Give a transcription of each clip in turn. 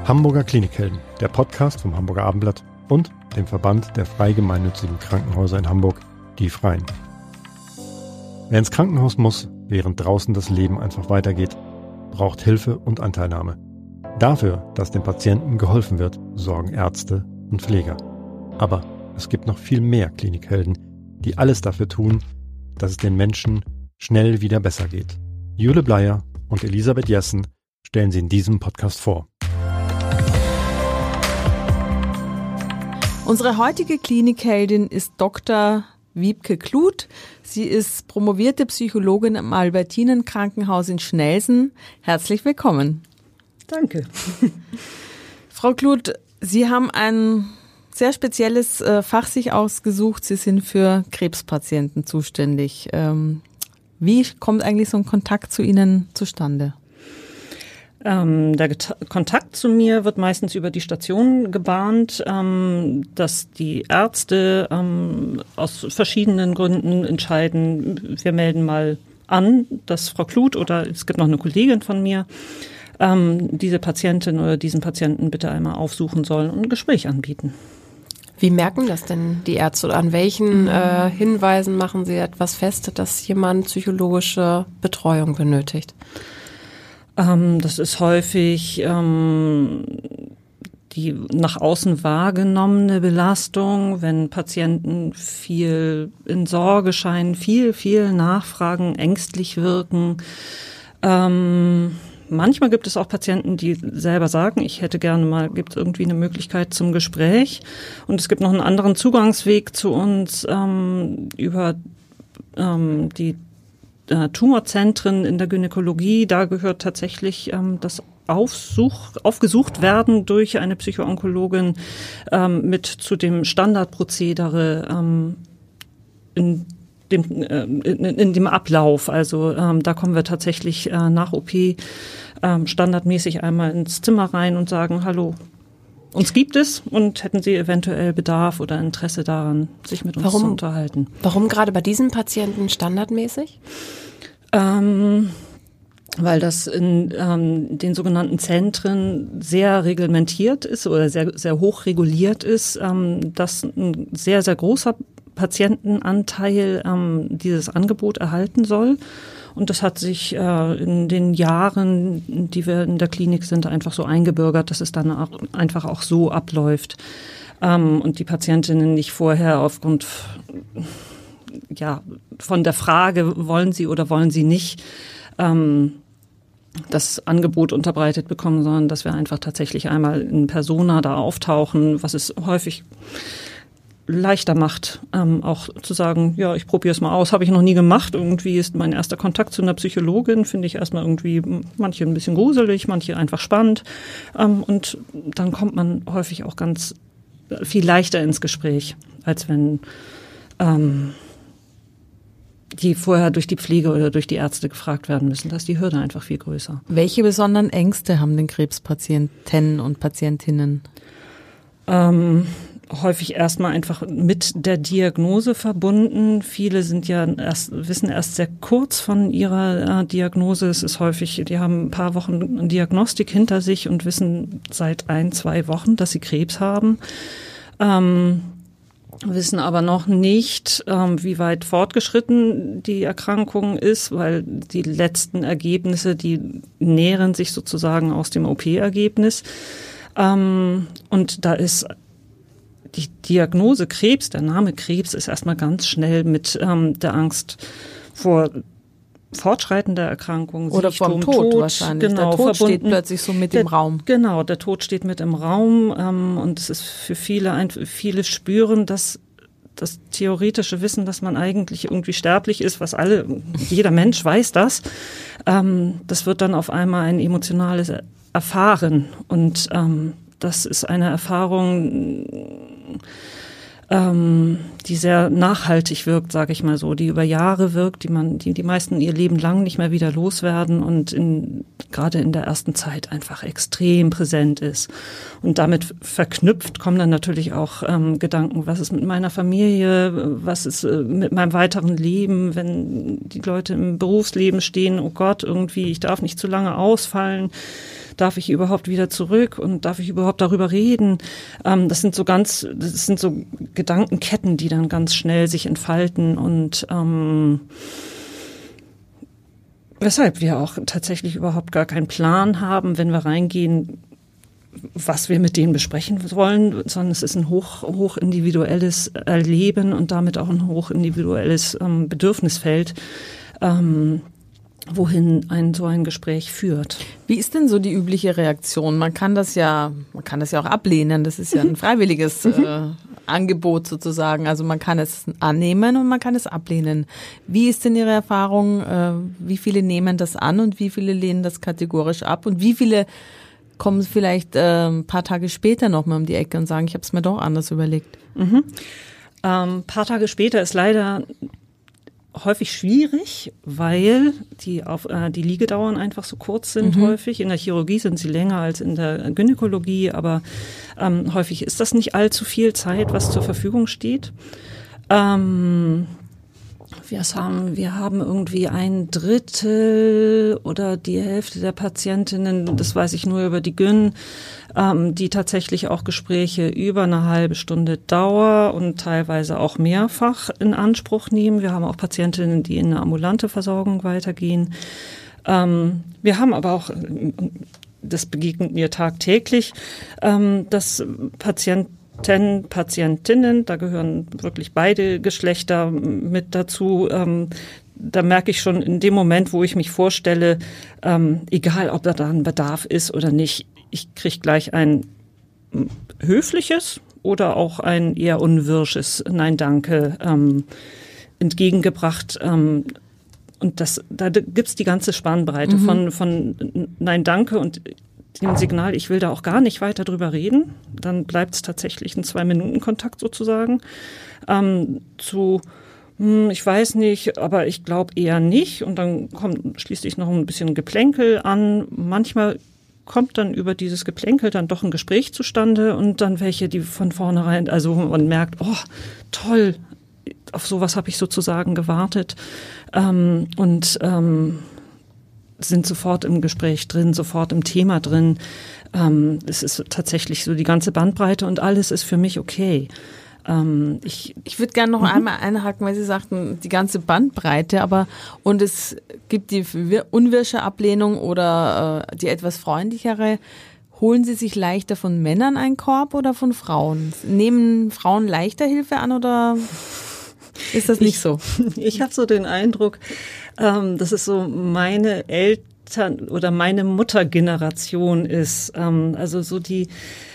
Hamburger Klinikhelden, der Podcast vom Hamburger Abendblatt und dem Verband der frei gemeinnützigen Krankenhäuser in Hamburg, die Freien. Wer ins Krankenhaus muss, während draußen das Leben einfach weitergeht, braucht Hilfe und Anteilnahme. Dafür, dass dem Patienten geholfen wird, sorgen Ärzte und Pfleger. Aber es gibt noch viel mehr Klinikhelden, die alles dafür tun, dass es den Menschen schnell wieder besser geht. Jule Bleier und Elisabeth Jessen stellen sie in diesem Podcast vor. Unsere heutige Klinikheldin ist Dr. Wiebke Kluth. Sie ist promovierte Psychologin am Albertinen-Krankenhaus in Schnelsen. Herzlich willkommen. Danke. Frau Kluth, Sie haben ein sehr spezielles Fach sich ausgesucht. Sie sind für Krebspatienten zuständig. Wie kommt eigentlich so ein Kontakt zu Ihnen zustande? Der Kontakt zu mir wird meistens über die Station gebahnt, dass die Ärzte aus verschiedenen Gründen entscheiden, wir melden mal an, dass Frau Kluth oder es gibt noch eine Kollegin von mir, diese Patientin oder diesen Patienten bitte einmal aufsuchen soll und ein Gespräch anbieten. Wie merken das denn die Ärzte oder an welchen Hinweisen machen Sie etwas fest, dass jemand psychologische Betreuung benötigt? Das ist häufig die nach außen wahrgenommene Belastung, wenn Patienten viel in Sorge scheinen, viel nachfragen, ängstlich wirken. Manchmal gibt es auch Patienten, die selber sagen, ich hätte gerne mal, gibt es irgendwie eine Möglichkeit zum Gespräch. Und es gibt noch einen anderen Zugangsweg zu uns über die Tumorzentren in der Gynäkologie. Da gehört tatsächlich das aufgesucht werden durch eine Psychoonkologin mit zu dem Standardprozedere in dem Ablauf. Also da kommen wir tatsächlich nach OP standardmäßig einmal ins Zimmer rein und sagen, hallo, uns gibt es und hätten Sie eventuell Bedarf oder Interesse daran, sich mit uns zu unterhalten. Warum gerade bei diesem Patienten standardmäßig? Weil das in den sogenannten Zentren sehr reglementiert ist oder sehr, sehr hoch reguliert ist, dass ein sehr, sehr großer Patientenanteil dieses Angebot erhalten soll. Und das hat sich in den Jahren, die wir in der Klinik sind, einfach so eingebürgert, dass es dann auch einfach auch so abläuft. Und die Patientinnen nicht vorher aufgrund von der Frage, wollen sie oder wollen sie nicht, das Angebot unterbreitet bekommen, sondern dass wir einfach tatsächlich einmal in Persona da auftauchen, was es häufig leichter macht, auch zu sagen, ja, ich probiere es mal aus, habe ich noch nie gemacht. Irgendwie ist mein erster Kontakt zu einer Psychologin, finde ich erstmal irgendwie manche ein bisschen gruselig, manche einfach spannend. Und dann kommt man häufig auch ganz viel leichter ins Gespräch, als wenn die vorher durch die Pflege oder durch die Ärzte gefragt werden müssen. Da ist die Hürde einfach viel größer. Welche besonderen Ängste haben denn Krebspatienten und Patientinnen? Häufig erstmal einfach mit der Diagnose verbunden. Viele sind wissen erst sehr kurz von ihrer Diagnose. Es ist häufig, die haben ein paar Wochen Diagnostik hinter sich und wissen seit 1-2 Wochen, dass sie Krebs haben. Wissen aber noch nicht, wie weit fortgeschritten die Erkrankung ist, weil die letzten Ergebnisse, die nähren sich sozusagen aus dem OP-Ergebnis. Und da ist die Diagnose Krebs, der Name Krebs ist erstmal ganz schnell mit der Angst vor fortschreitender Erkrankung. Oder vom Tod wahrscheinlich. Genau, der Tod steht plötzlich so mit im Raum. Genau, der Tod steht mit im Raum und es ist für viele spüren, dass das theoretische Wissen, dass man eigentlich irgendwie sterblich ist, jeder Mensch weiß das, das wird dann auf einmal ein emotionales Erfahren und das ist eine Erfahrung, die sehr nachhaltig wirkt, sage ich mal so, die über Jahre wirkt, die meisten ihr Leben lang nicht mehr wieder loswerden und gerade in der ersten Zeit einfach extrem präsent ist. Und damit verknüpft kommen dann natürlich auch Gedanken, was ist mit meiner Familie, was ist mit meinem weiteren Leben, wenn die Leute im Berufsleben stehen, oh Gott, irgendwie, ich darf nicht zu lange ausfallen. Darf ich überhaupt wieder zurück und darf ich überhaupt darüber reden? Das sind so Gedankenketten, die dann ganz schnell sich entfalten und weshalb wir auch tatsächlich überhaupt gar keinen Plan haben, wenn wir reingehen, was wir mit denen besprechen wollen, sondern es ist ein hoch individuelles Erleben und damit auch ein hoch individuelles Bedürfnisfeld, wohin so ein Gespräch führt. Wie ist denn so die übliche Reaktion? Man kann das ja auch ablehnen. Das ist ja ein freiwilliges Angebot sozusagen. Also man kann es annehmen und man kann es ablehnen. Wie ist denn Ihre Erfahrung? Wie viele nehmen das an und wie viele lehnen das kategorisch ab? Und wie viele kommen vielleicht ein paar Tage später nochmal um die Ecke und sagen, ich habe es mir doch anders überlegt? Paar Tage später ist leider häufig schwierig, weil die Liegedauern einfach so kurz sind häufig. In der Chirurgie sind sie länger als in der Gynäkologie, aber häufig ist das nicht allzu viel Zeit, was zur Verfügung steht. Wir haben irgendwie 1/3 oder die Hälfte der Patientinnen, das weiß ich nur über die Gyn, die tatsächlich auch Gespräche über eine halbe Stunde Dauer und teilweise auch mehrfach in Anspruch nehmen. Wir haben auch Patientinnen, die in eine ambulante Versorgung weitergehen. Wir haben aber auch, das begegnet mir tagtäglich, dass Patientinnen, da gehören wirklich beide Geschlechter mit dazu. Da merke ich schon in dem Moment, wo ich mich vorstelle, egal ob da ein Bedarf ist oder nicht, ich kriege gleich ein höfliches oder auch ein eher unwirsches Nein, danke entgegengebracht. Und da gibt's die ganze Spannbreite von Nein, danke und dem Signal, ich will da auch gar nicht weiter drüber reden. Dann bleibt es tatsächlich ein 2-Minuten-Kontakt sozusagen. Zu ich weiß nicht, aber ich glaube eher nicht. Und dann kommt schließlich noch ein bisschen Geplänkel an. Manchmal kommt dann über dieses Geplänkel dann doch ein Gespräch zustande und dann welche, die von vornherein, also man merkt, oh, toll, auf sowas habe ich sozusagen gewartet und sind sofort im Gespräch drin, sofort im Thema drin. Es ist tatsächlich so die ganze Bandbreite und alles ist für mich okay. Ich würde gerne noch einmal einhaken, weil Sie sagten, die ganze Bandbreite, und es gibt die unwirsche Ablehnung oder die etwas freundlichere. Holen Sie sich leichter von Männern einen Korb oder von Frauen? Nehmen Frauen leichter Hilfe an oder ist das nicht so? Ich habe so den Eindruck, dass es so meine Eltern- oder meine Muttergeneration ist. Also so die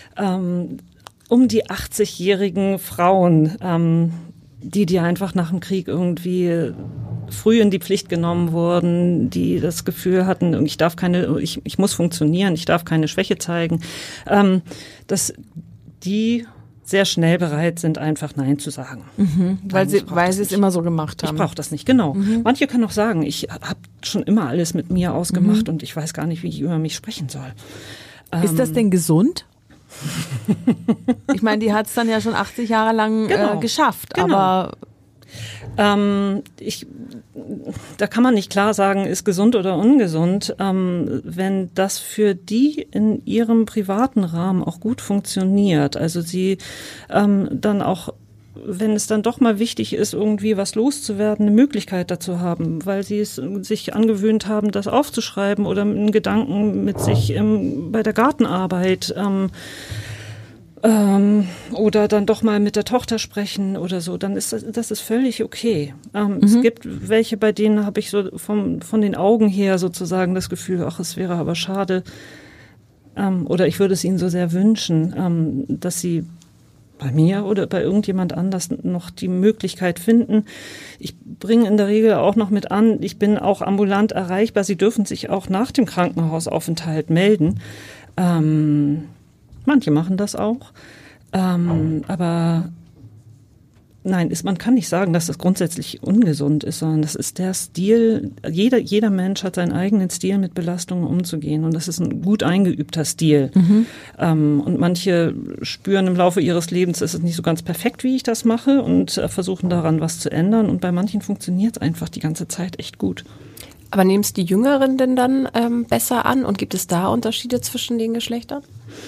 um die 80-jährigen Frauen, die einfach nach dem Krieg irgendwie früh in die Pflicht genommen wurden, die das Gefühl hatten, ich muss funktionieren, ich darf keine Schwäche zeigen, dass die sehr schnell bereit sind, einfach Nein zu sagen. Weil sie es immer so gemacht haben. Ich brauche das nicht, genau. Manche können auch sagen, ich habe schon immer alles mit mir ausgemacht und ich weiß gar nicht, wie ich über mich sprechen soll. Ist das denn gesund? Ich meine, die hat es dann ja schon 80 Jahre lang geschafft, aber da kann man nicht klar sagen, ist gesund oder ungesund. Wenn das für die in ihrem privaten Rahmen auch gut funktioniert, also sie dann auch, wenn es dann doch mal wichtig ist, irgendwie was loszuwerden, eine Möglichkeit dazu haben, weil sie es sich angewöhnt haben, das aufzuschreiben oder einen Gedanken mit sich bei der Gartenarbeit oder dann doch mal mit der Tochter sprechen oder so, dann ist das ist völlig okay. Es gibt welche, bei denen habe ich so von den Augen her sozusagen das Gefühl, ach, es wäre aber schade, oder ich würde es ihnen so sehr wünschen, dass sie bei mir oder bei irgendjemand anders noch die Möglichkeit finden. Ich bringe in der Regel auch noch mit an, ich bin auch ambulant erreichbar. Sie dürfen sich auch nach dem Krankenhausaufenthalt melden. Manche machen das auch. Aber Nein, man kann nicht sagen, dass das grundsätzlich ungesund ist, sondern das ist der Stil. Jeder Mensch hat seinen eigenen Stil, mit Belastungen umzugehen, und das ist ein gut eingeübter Stil. Und manche spüren im Laufe ihres Lebens, es ist nicht so ganz perfekt, wie ich das mache, und versuchen daran was zu ändern. Und bei manchen funktioniert es einfach die ganze Zeit echt gut. Aber nehmen es die Jüngeren denn dann besser an? Und gibt es da Unterschiede zwischen den Geschlechtern?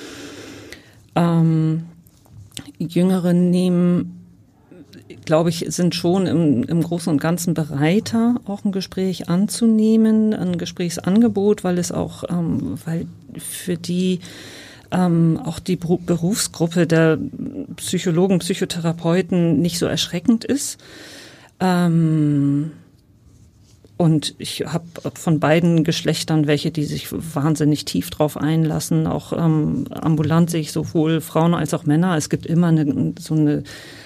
Jüngere nehmen, glaube ich, sind schon im Großen und Ganzen bereiter, auch ein Gespräch anzunehmen, ein Gesprächsangebot, weil es auch, weil für die auch die Berufsgruppe der Psychologen, Psychotherapeuten nicht so erschreckend ist. Und ich habe von beiden Geschlechtern welche, die sich wahnsinnig tief drauf einlassen. Auch ambulant sehe ich sowohl Frauen als auch Männer. Es gibt immer so eine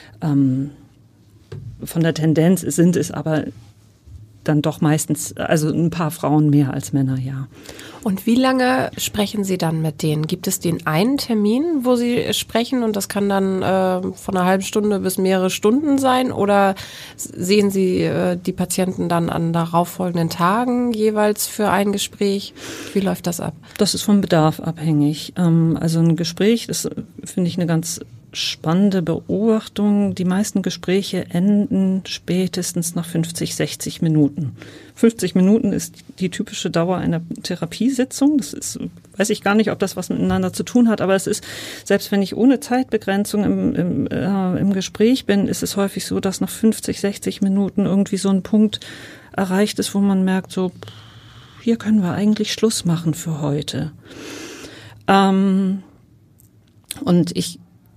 von der Tendenz sind es aber dann doch meistens, also ein paar Frauen mehr als Männer, ja. Und wie lange sprechen Sie dann mit denen? Gibt es den einen Termin, wo Sie sprechen, und das kann dann von einer halben Stunde bis mehrere Stunden sein? Oder sehen Sie die Patienten dann an darauffolgenden Tagen jeweils für ein Gespräch? Wie läuft das ab? Das ist vom Bedarf abhängig. Also ein Gespräch, das finde ich eine ganz spannende Beobachtung. Die meisten Gespräche enden spätestens nach 50, 60 Minuten. 50 Minuten ist die typische Dauer einer Therapiesitzung. Das ist, weiß ich gar nicht, ob das was miteinander zu tun hat, aber es ist, selbst wenn ich ohne Zeitbegrenzung im Gespräch bin, ist es häufig so, dass nach 50, 60 Minuten irgendwie so ein Punkt erreicht ist, wo man merkt, so, hier können wir eigentlich Schluss machen für heute. Und ich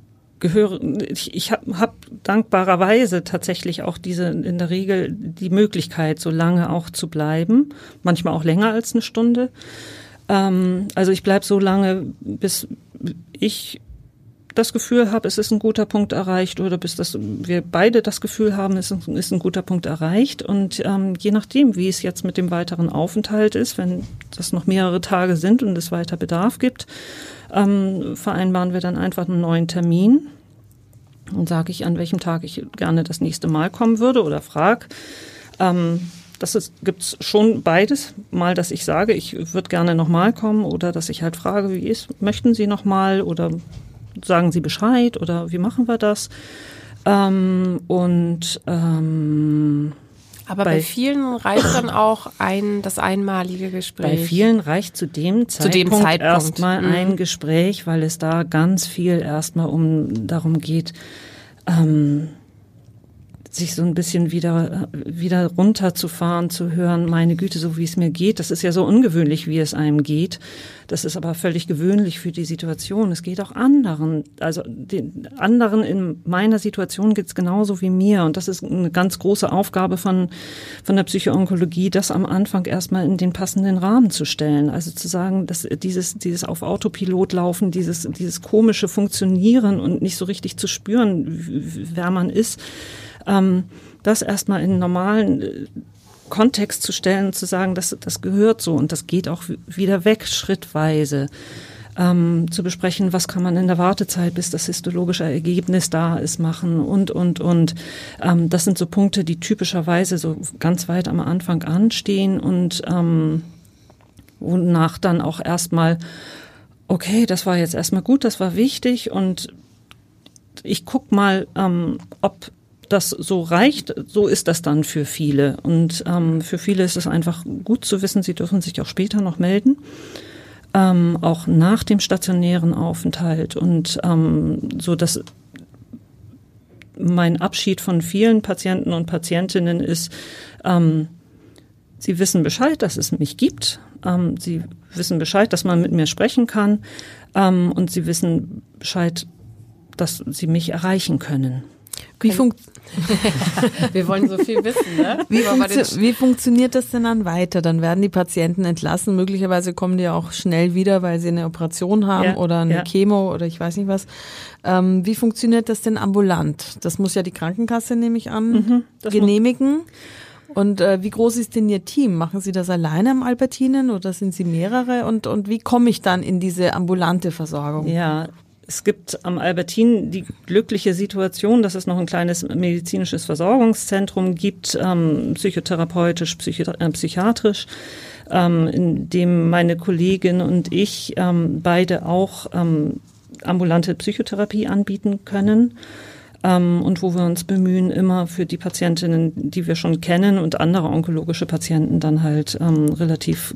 habe dankbarerweise tatsächlich auch in der Regel die Möglichkeit, so lange auch zu bleiben, manchmal auch länger als eine Stunde. Also ich bleibe so lange, bis ich das Gefühl habe, es ist ein guter Punkt erreicht, oder bis wir beide das Gefühl haben, es ist ein guter Punkt erreicht. Und je nachdem, wie es jetzt mit dem weiteren Aufenthalt ist, wenn das noch mehrere Tage sind und es weiter Bedarf gibt, vereinbaren wir dann einfach einen neuen Termin und sage ich, an welchem Tag ich gerne das nächste Mal kommen würde, oder frage. Gibt's schon beides, mal, dass ich sage, ich würde gerne nochmal kommen, oder dass ich halt frage, wie ist, möchten Sie nochmal, oder sagen Sie Bescheid, oder wie machen wir das? Aber bei vielen reicht dann auch das einmalige Gespräch. Bei vielen reicht zu dem Zeitpunkt erstmal ein Gespräch, weil es da ganz viel erstmal darum geht, sich so ein bisschen wieder runterzufahren, zu hören, meine Güte, so wie es mir geht. Das ist ja so ungewöhnlich, wie es einem geht. Das ist aber völlig gewöhnlich für die Situation. Es geht auch anderen. Also den anderen in meiner Situation geht's genauso wie mir. Und das ist eine ganz große Aufgabe von der Psychoonkologie, das am Anfang erstmal in den passenden Rahmen zu stellen. Also zu sagen, dass dieses auf Autopilot laufen, dieses komische Funktionieren und nicht so richtig zu spüren, wer man ist, das erstmal in einen normalen Kontext zu stellen und zu sagen, das gehört so und das geht auch wieder weg, schrittweise. Zu besprechen, was kann man in der Wartezeit, bis das histologische Ergebnis da ist, machen und. Das sind so Punkte, die typischerweise so ganz weit am Anfang anstehen und wonach dann auch erstmal, okay, das war jetzt erstmal gut, das war wichtig und ich guck mal, ob das so reicht, so ist das dann für viele. Und für viele ist es einfach gut zu wissen, sie dürfen sich auch später noch melden, auch nach dem stationären Aufenthalt. Und so, dass mein Abschied von vielen Patienten und Patientinnen ist, sie wissen Bescheid, dass es mich gibt. Sie wissen Bescheid, dass man mit mir sprechen kann. Und sie wissen Bescheid, dass sie mich erreichen können. Wir wollen so viel wissen, ne? Wie funktioniert das denn dann weiter? Dann werden die Patienten entlassen. Möglicherweise kommen die auch schnell wieder, weil sie eine Operation haben oder eine Chemo oder ich weiß nicht was. Wie funktioniert das denn ambulant? Das muss ja die Krankenkasse, nehme ich an, genehmigen. Und wie groß ist denn Ihr Team? Machen Sie das alleine am Albertinen oder sind Sie mehrere? Und wie komme ich dann in diese ambulante Versorgung? Ja, Es gibt am Albertin die glückliche Situation, dass es noch ein kleines medizinisches Versorgungszentrum gibt, psychotherapeutisch, psychiatrisch, in dem meine Kollegin und ich beide auch ambulante Psychotherapie anbieten können. Und wo wir uns bemühen, immer für die Patientinnen, die wir schon kennen und andere onkologische Patienten dann halt relativ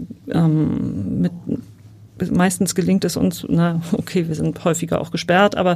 meistens gelingt es uns, wir sind häufiger auch gesperrt, aber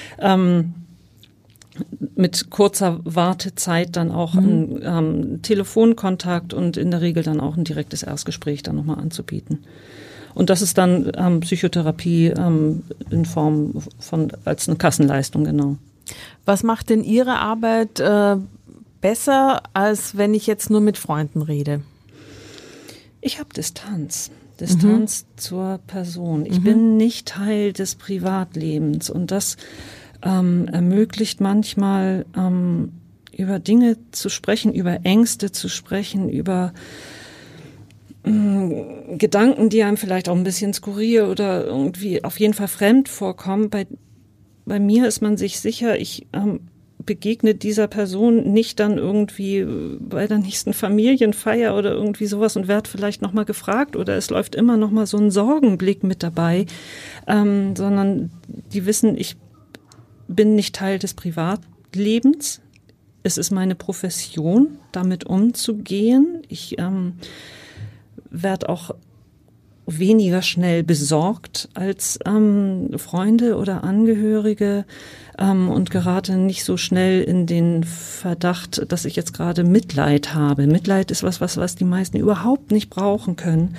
mit kurzer Wartezeit dann auch einen Telefonkontakt und in der Regel dann auch ein direktes Erstgespräch dann nochmal anzubieten. Und das ist dann Psychotherapie in Form von als eine Kassenleistung, genau. Was macht denn Ihre Arbeit besser, als wenn ich jetzt nur mit Freunden rede? Ich habe Distanz zur Person. Ich bin nicht Teil des Privatlebens und das ermöglicht manchmal über Dinge zu sprechen, über Ängste zu sprechen, über Gedanken, die einem vielleicht auch ein bisschen skurril oder irgendwie auf jeden Fall fremd vorkommen. Bei mir ist man sich sicher, ich begegne dieser Person nicht dann irgendwie bei der nächsten Familienfeier oder irgendwie sowas und werde vielleicht nochmal gefragt oder es läuft immer nochmal so ein Sorgenblick mit dabei, sondern die wissen, ich bin nicht Teil des Privatlebens. Es ist meine Profession, damit umzugehen. Ich werde auch weniger schnell besorgt als Freunde oder Angehörige und gerate nicht so schnell in den Verdacht, dass ich jetzt gerade Mitleid habe. Mitleid ist was die meisten überhaupt nicht brauchen können.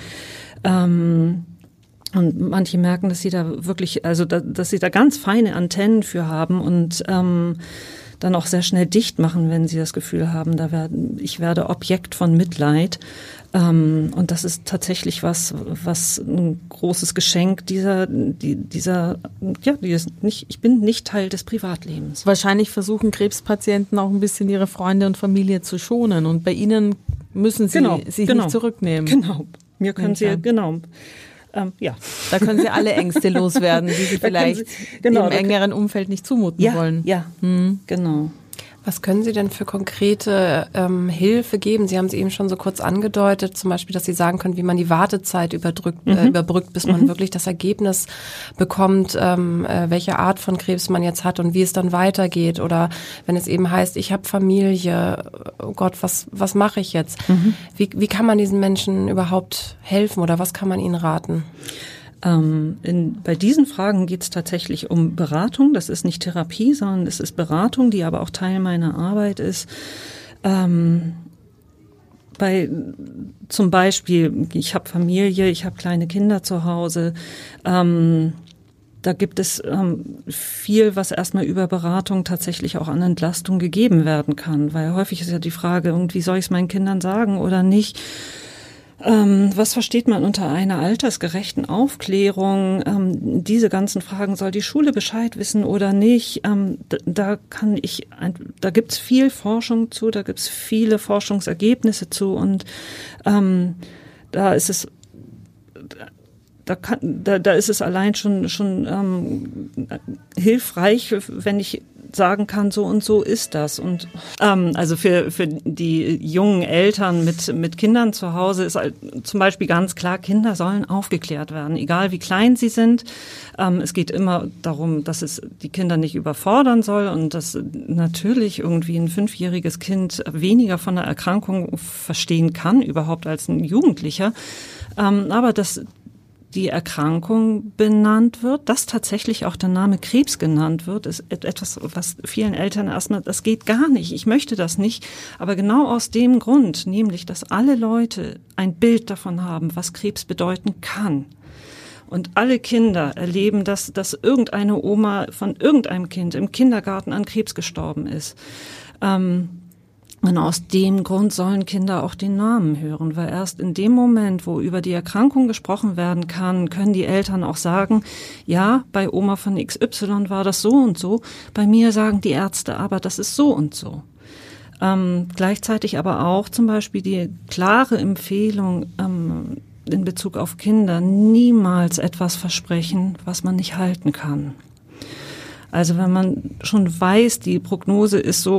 Und manche merken, dass sie da wirklich, dass sie da ganz feine Antennen für haben und dann auch sehr schnell dicht machen, wenn sie das Gefühl haben, ich werde Objekt von Mitleid. Und das ist tatsächlich was ein großes Geschenk ich bin nicht Teil des Privatlebens. Wahrscheinlich versuchen Krebspatienten auch ein bisschen ihre Freunde und Familie zu schonen und bei Ihnen müssen sie sich nicht zurücknehmen. Genau, mir können Sie, genau. Da können Sie alle Ängste loswerden, die Sie vielleicht im engeren Umfeld nicht zumuten wollen. Ja, genau. Was können Sie denn für konkrete Hilfe geben? Sie haben es eben schon so kurz angedeutet, zum Beispiel, dass Sie sagen können, wie man die Wartezeit überbrückt, bis man wirklich das Ergebnis bekommt, welche Art von Krebs man jetzt hat und wie es dann weitergeht. Oder wenn es eben heißt, ich habe Familie, oh Gott, was mache ich jetzt? Wie kann man diesen Menschen überhaupt helfen oder was kann man ihnen raten? Bei diesen Fragen geht es tatsächlich um Beratung. Das ist nicht Therapie, sondern es ist Beratung, die aber auch Teil meiner Arbeit ist. Zum Beispiel, ich habe Familie, ich habe kleine Kinder zu Hause. Da gibt es viel, was erstmal über Beratung tatsächlich auch an Entlastung gegeben werden kann. Weil häufig ist ja die Frage, irgendwie soll ich es meinen Kindern sagen oder nicht? Was versteht man unter einer altersgerechten Aufklärung? Diese ganzen Fragen, soll die Schule Bescheid wissen oder nicht? Da gibt's viel Forschung zu, da gibt's viele Forschungsergebnisse zu und da ist es allein schon hilfreich, wenn ich sagen kann, so und so ist das. Und also für die jungen Eltern mit Kindern zu Hause ist halt zum Beispiel ganz klar, Kinder sollen aufgeklärt werden, egal wie klein sie sind. Es geht immer darum, dass es die Kinder nicht überfordern soll und dass natürlich irgendwie ein 5-jähriges Kind weniger von der Erkrankung verstehen kann, überhaupt als ein Jugendlicher. Aber dass die Erkrankung benannt wird, dass tatsächlich auch der Name Krebs genannt wird, ist etwas, was vielen Eltern erstmal, das geht gar nicht, ich möchte das nicht. Aber genau aus dem Grund, nämlich, dass alle Leute ein Bild davon haben, was Krebs bedeuten kann. Und alle Kinder erleben, dass irgendeine Oma von irgendeinem Kind im Kindergarten an Krebs gestorben ist. Und aus dem Grund sollen Kinder auch den Namen hören, weil erst in dem Moment, wo über die Erkrankung gesprochen werden kann, können die Eltern auch sagen, ja, bei Oma von XY war das so und so, bei mir sagen die Ärzte aber, das ist so und so. Gleichzeitig aber auch zum Beispiel die klare Empfehlung in Bezug auf Kinder, niemals etwas versprechen, was man nicht halten kann. Also wenn man schon weiß, die Prognose ist so,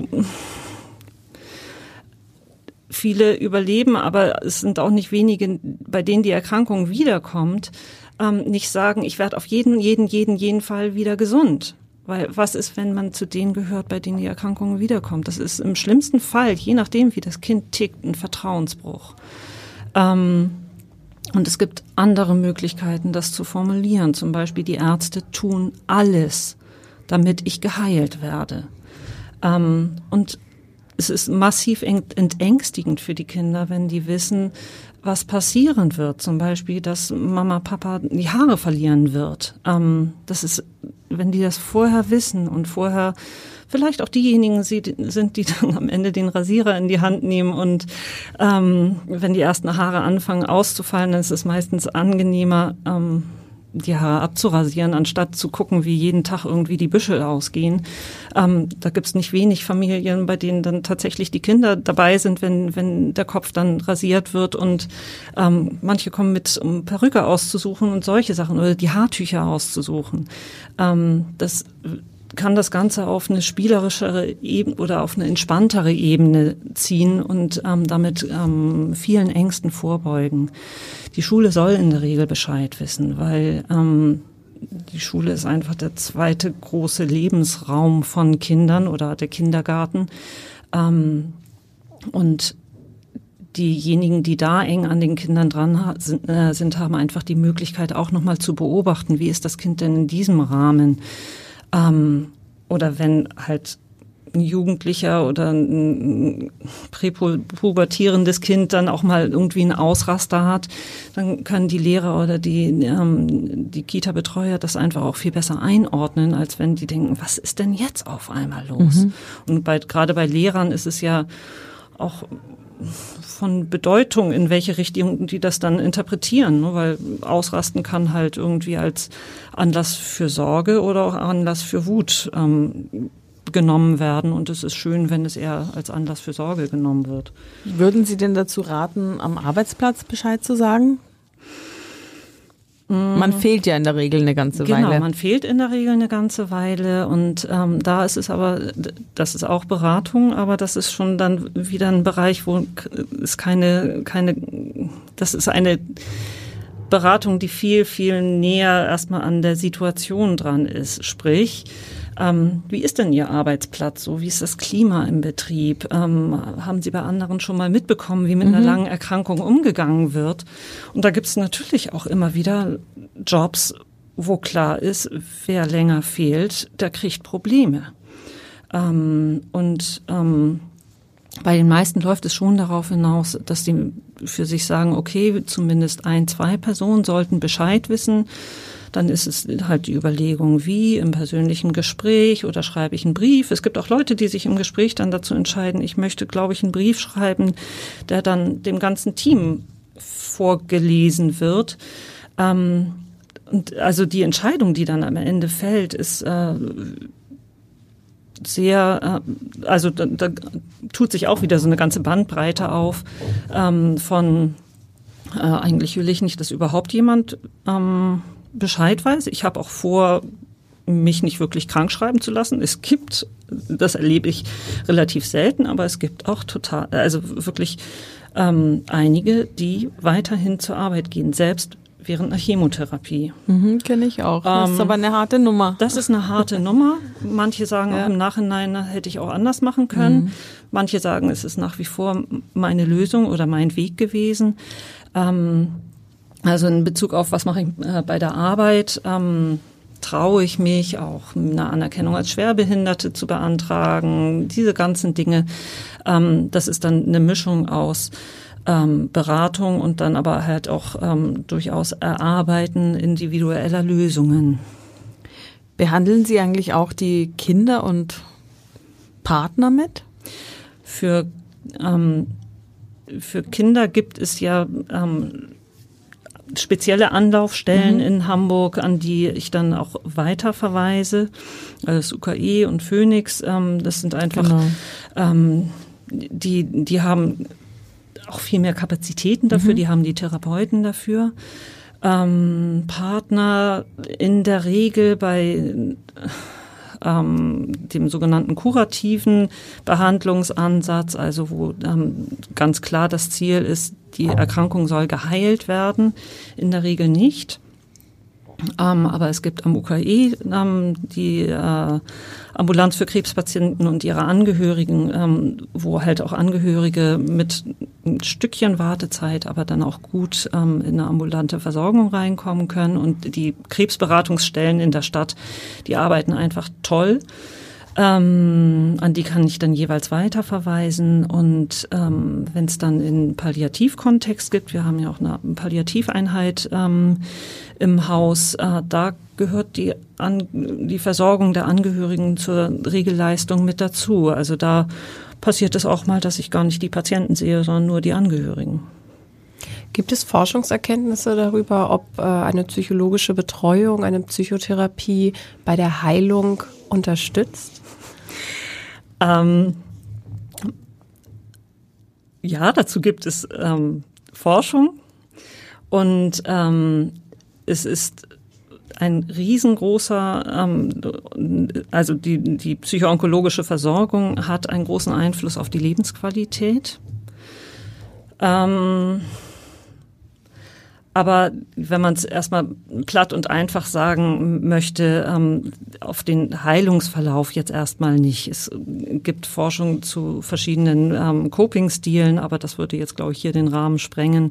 viele überleben, aber es sind auch nicht wenige, bei denen die Erkrankung wiederkommt, nicht sagen, ich werde auf jeden Fall wieder gesund. Weil was ist, wenn man zu denen gehört, bei denen die Erkrankung wiederkommt? Das ist im schlimmsten Fall, je nachdem, wie das Kind tickt, ein Vertrauensbruch. Und es gibt andere Möglichkeiten, das zu formulieren. Zum Beispiel, die Ärzte tun alles, damit ich geheilt werde. Und es ist massiv entängstigend für die Kinder, wenn die wissen, was passieren wird. Zum Beispiel, dass Mama, Papa die Haare verlieren wird. Das ist, wenn die das vorher wissen und vorher vielleicht auch diejenigen sind, die dann am Ende den Rasierer in die Hand nehmen und wenn die ersten Haare anfangen auszufallen, dann ist es meistens angenehmer, die Haare abzurasieren, anstatt zu gucken, wie jeden Tag irgendwie die Büschel ausgehen. Da gibt's nicht wenig Familien, bei denen dann tatsächlich die Kinder dabei sind, wenn der Kopf dann rasiert wird und manche kommen mit, um Perücke auszusuchen und solche Sachen oder die Haartücher auszusuchen. Das kann das Ganze auf eine spielerischere Ebene oder auf eine entspanntere Ebene ziehen und damit vielen Ängsten vorbeugen. Die Schule soll in der Regel Bescheid wissen, weil die Schule ist einfach der zweite große Lebensraum von Kindern oder der Kindergarten. Und diejenigen, die da eng an den Kindern dran sind, haben einfach die Möglichkeit auch nochmal zu beobachten, wie ist das Kind denn in diesem Rahmen? Oder wenn halt ein Jugendlicher oder ein präpubertierendes Kind dann auch mal irgendwie einen Ausraster hat, dann können die Lehrer oder die Kita-Betreuer das einfach auch viel besser einordnen, als wenn die denken, was ist denn jetzt auf einmal los? Und gerade bei Lehrern ist es ja auch von Bedeutung, in welche Richtung die das dann interpretieren, ne? Weil Ausrasten kann halt irgendwie als Anlass für Sorge oder auch Anlass für Wut genommen werden und es ist schön, wenn es eher als Anlass für Sorge genommen wird. Würden Sie denn dazu raten, am Arbeitsplatz Bescheid zu sagen? Man fehlt ja in der Regel eine ganze Weile. Genau, man fehlt in der Regel eine ganze Weile und da ist es aber, das ist auch Beratung, aber das ist schon dann wieder ein Bereich, wo es das ist eine Beratung, die viel, viel näher erstmal an der Situation dran ist. Sprich, wie ist denn Ihr Arbeitsplatz so? Wie ist das Klima im Betrieb? Haben Sie bei anderen schon mal mitbekommen, wie mit einer langen Erkrankung umgegangen wird? Und da gibt es natürlich auch immer wieder Jobs, wo klar ist, wer länger fehlt, der kriegt Probleme. Bei den meisten läuft es schon darauf hinaus, dass die für sich sagen, okay, zumindest 1-2 Personen sollten Bescheid wissen. Dann ist es halt die Überlegung, wie im persönlichen Gespräch oder schreibe ich einen Brief. Es gibt auch Leute, die sich im Gespräch dann dazu entscheiden, ich möchte, glaube ich, einen Brief schreiben, der dann dem ganzen Team vorgelesen wird. Und also die Entscheidung, die dann am Ende fällt, ist sehr, also da tut sich auch wieder so eine ganze Bandbreite auf von eigentlich will ich nicht, dass überhaupt jemand Bescheid weiß. Ich habe auch vor, mich nicht wirklich krank schreiben zu lassen. Es gibt, das erlebe ich relativ selten, aber es gibt auch wirklich einige, die weiterhin zur Arbeit gehen, selbst während einer Chemotherapie. Kenne ich auch. Das ist aber eine harte Nummer. Das ist eine harte Nummer. Manche sagen auch im Nachhinein, hätte ich auch anders machen können. Manche sagen, es ist nach wie vor meine Lösung oder mein Weg gewesen. Also in Bezug auf, was mache ich bei der Arbeit, traue ich mich auch eine Anerkennung als Schwerbehinderte zu beantragen. Diese ganzen Dinge, das ist dann eine Mischung aus Beratung und dann aber halt auch durchaus Erarbeiten individueller Lösungen. Behandeln Sie eigentlich auch die Kinder und Partner mit? Für Kinder gibt es ja spezielle Anlaufstellen in Hamburg, an die ich dann auch weiter verweise. Also das UKE und Phoenix, das sind einfach, die haben auch viel mehr Kapazitäten dafür, die haben die Therapeuten dafür. Partner in der Regel bei dem sogenannten kurativen Behandlungsansatz, also wo ganz klar das Ziel ist, die Erkrankung soll geheilt werden, in der Regel nicht. Aber es gibt am UKE die Ambulanz für Krebspatienten und ihre Angehörigen, wo halt auch Angehörige mit ein Stückchen Wartezeit, aber dann auch gut in eine ambulante Versorgung reinkommen können. Und die Krebsberatungsstellen in der Stadt, die arbeiten einfach toll. An die kann ich dann jeweils weiterverweisen. Und wenn es dann in Palliativkontext gibt, wir haben ja auch eine Palliativeinheit im Haus, da gehört die Versorgung der Angehörigen zur Regelleistung mit dazu. Also da passiert es auch mal, dass ich gar nicht die Patienten sehe, sondern nur die Angehörigen. Gibt es Forschungserkenntnisse darüber, ob eine psychologische Betreuung, eine Psychotherapie bei der Heilung unterstützt? Ja, dazu gibt es Forschung und es ist ein riesengroßer, also die psychoonkologische Versorgung hat einen großen Einfluss auf die Lebensqualität. Aber wenn man es erstmal platt und einfach sagen möchte, auf den Heilungsverlauf jetzt erstmal nicht. Es gibt Forschung zu verschiedenen Coping-Stilen, aber das würde jetzt, glaube ich, hier den Rahmen sprengen.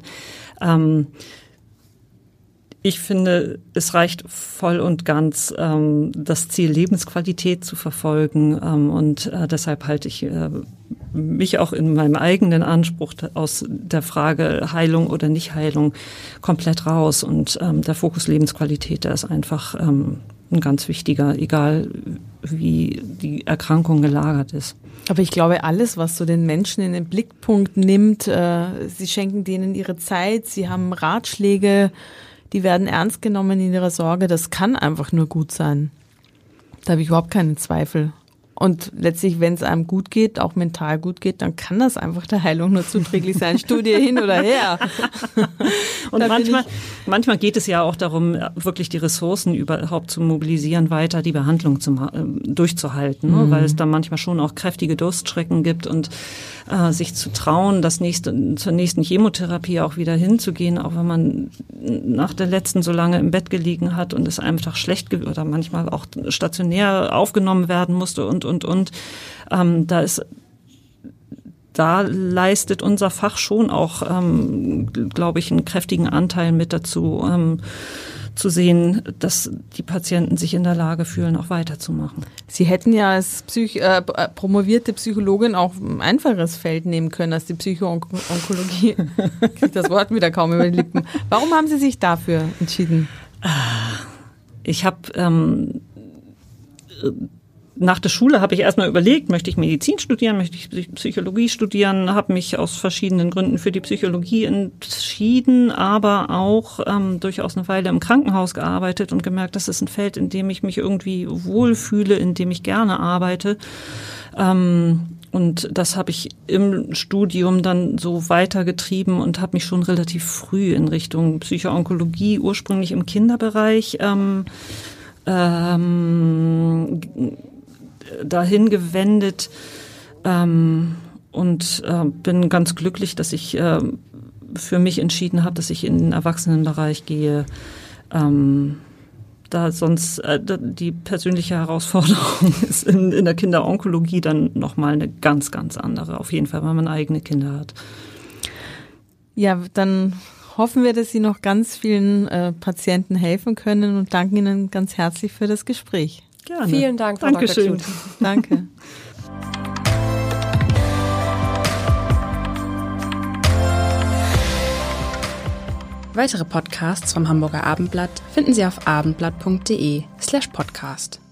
Ich finde, es reicht voll und ganz, das Ziel Lebensqualität zu verfolgen. Und deshalb halte ich mich auch in meinem eigenen Anspruch aus der Frage Heilung oder Nicht-Heilung komplett raus. Und der Fokus Lebensqualität, der ist einfach ein ganz wichtiger, egal wie die Erkrankung gelagert ist. Aber ich glaube, alles, was so den Menschen in den Blickpunkt nimmt, sie schenken denen ihre Zeit, sie haben Ratschläge, die werden ernst genommen in ihrer Sorge, das kann einfach nur gut sein. Da habe ich überhaupt keinen Zweifel. Und letztlich, wenn es einem gut geht, auch mental gut geht, dann kann das einfach der Heilung nur zuträglich sein. Studie hin oder her. Und manchmal geht es ja auch darum, wirklich die Ressourcen überhaupt zu mobilisieren, weiter die Behandlung durchzuhalten, ne? Weil es da manchmal schon auch kräftige Durststrecken gibt und sich zu trauen, zur nächsten Chemotherapie auch wieder hinzugehen, auch wenn man nach der letzten so lange im Bett gelegen hat und es einfach schlecht oder manchmal auch stationär aufgenommen werden musste und. Da leistet unser Fach schon auch, glaube ich, einen kräftigen Anteil mit dazu, zu sehen, dass die Patienten sich in der Lage fühlen, auch weiterzumachen. Sie hätten ja als promovierte Psychologin auch ein einfaches Feld nehmen können als die Psychoonkologie. Ich kriege das Wort wieder kaum über die Lippen. Warum haben Sie sich dafür entschieden? Ich habe nach der Schule habe ich erstmal überlegt, möchte ich Medizin studieren, möchte ich Psychologie studieren, habe mich aus verschiedenen Gründen für die Psychologie entschieden, aber auch durchaus eine Weile im Krankenhaus gearbeitet und gemerkt, das ist ein Feld, in dem ich mich irgendwie wohlfühle, in dem ich gerne arbeite. Und das habe ich im Studium dann so weitergetrieben und habe mich schon relativ früh in Richtung Psychoonkologie, ursprünglich im Kinderbereich, dahin gewendet und bin ganz glücklich, dass ich für mich entschieden habe, dass ich in den Erwachsenenbereich gehe. Da sonst die persönliche Herausforderung ist in der Kinderonkologie dann nochmal eine ganz, ganz andere. Auf jeden Fall, wenn man eigene Kinder hat. Ja, dann hoffen wir, dass Sie noch ganz vielen Patienten helfen können und danken Ihnen ganz herzlich für das Gespräch. Gerne. Vielen Dank, Frau Dr. Kluth. Danke. Weitere Podcasts vom Hamburger Abendblatt finden Sie auf abendblatt.de/podcast.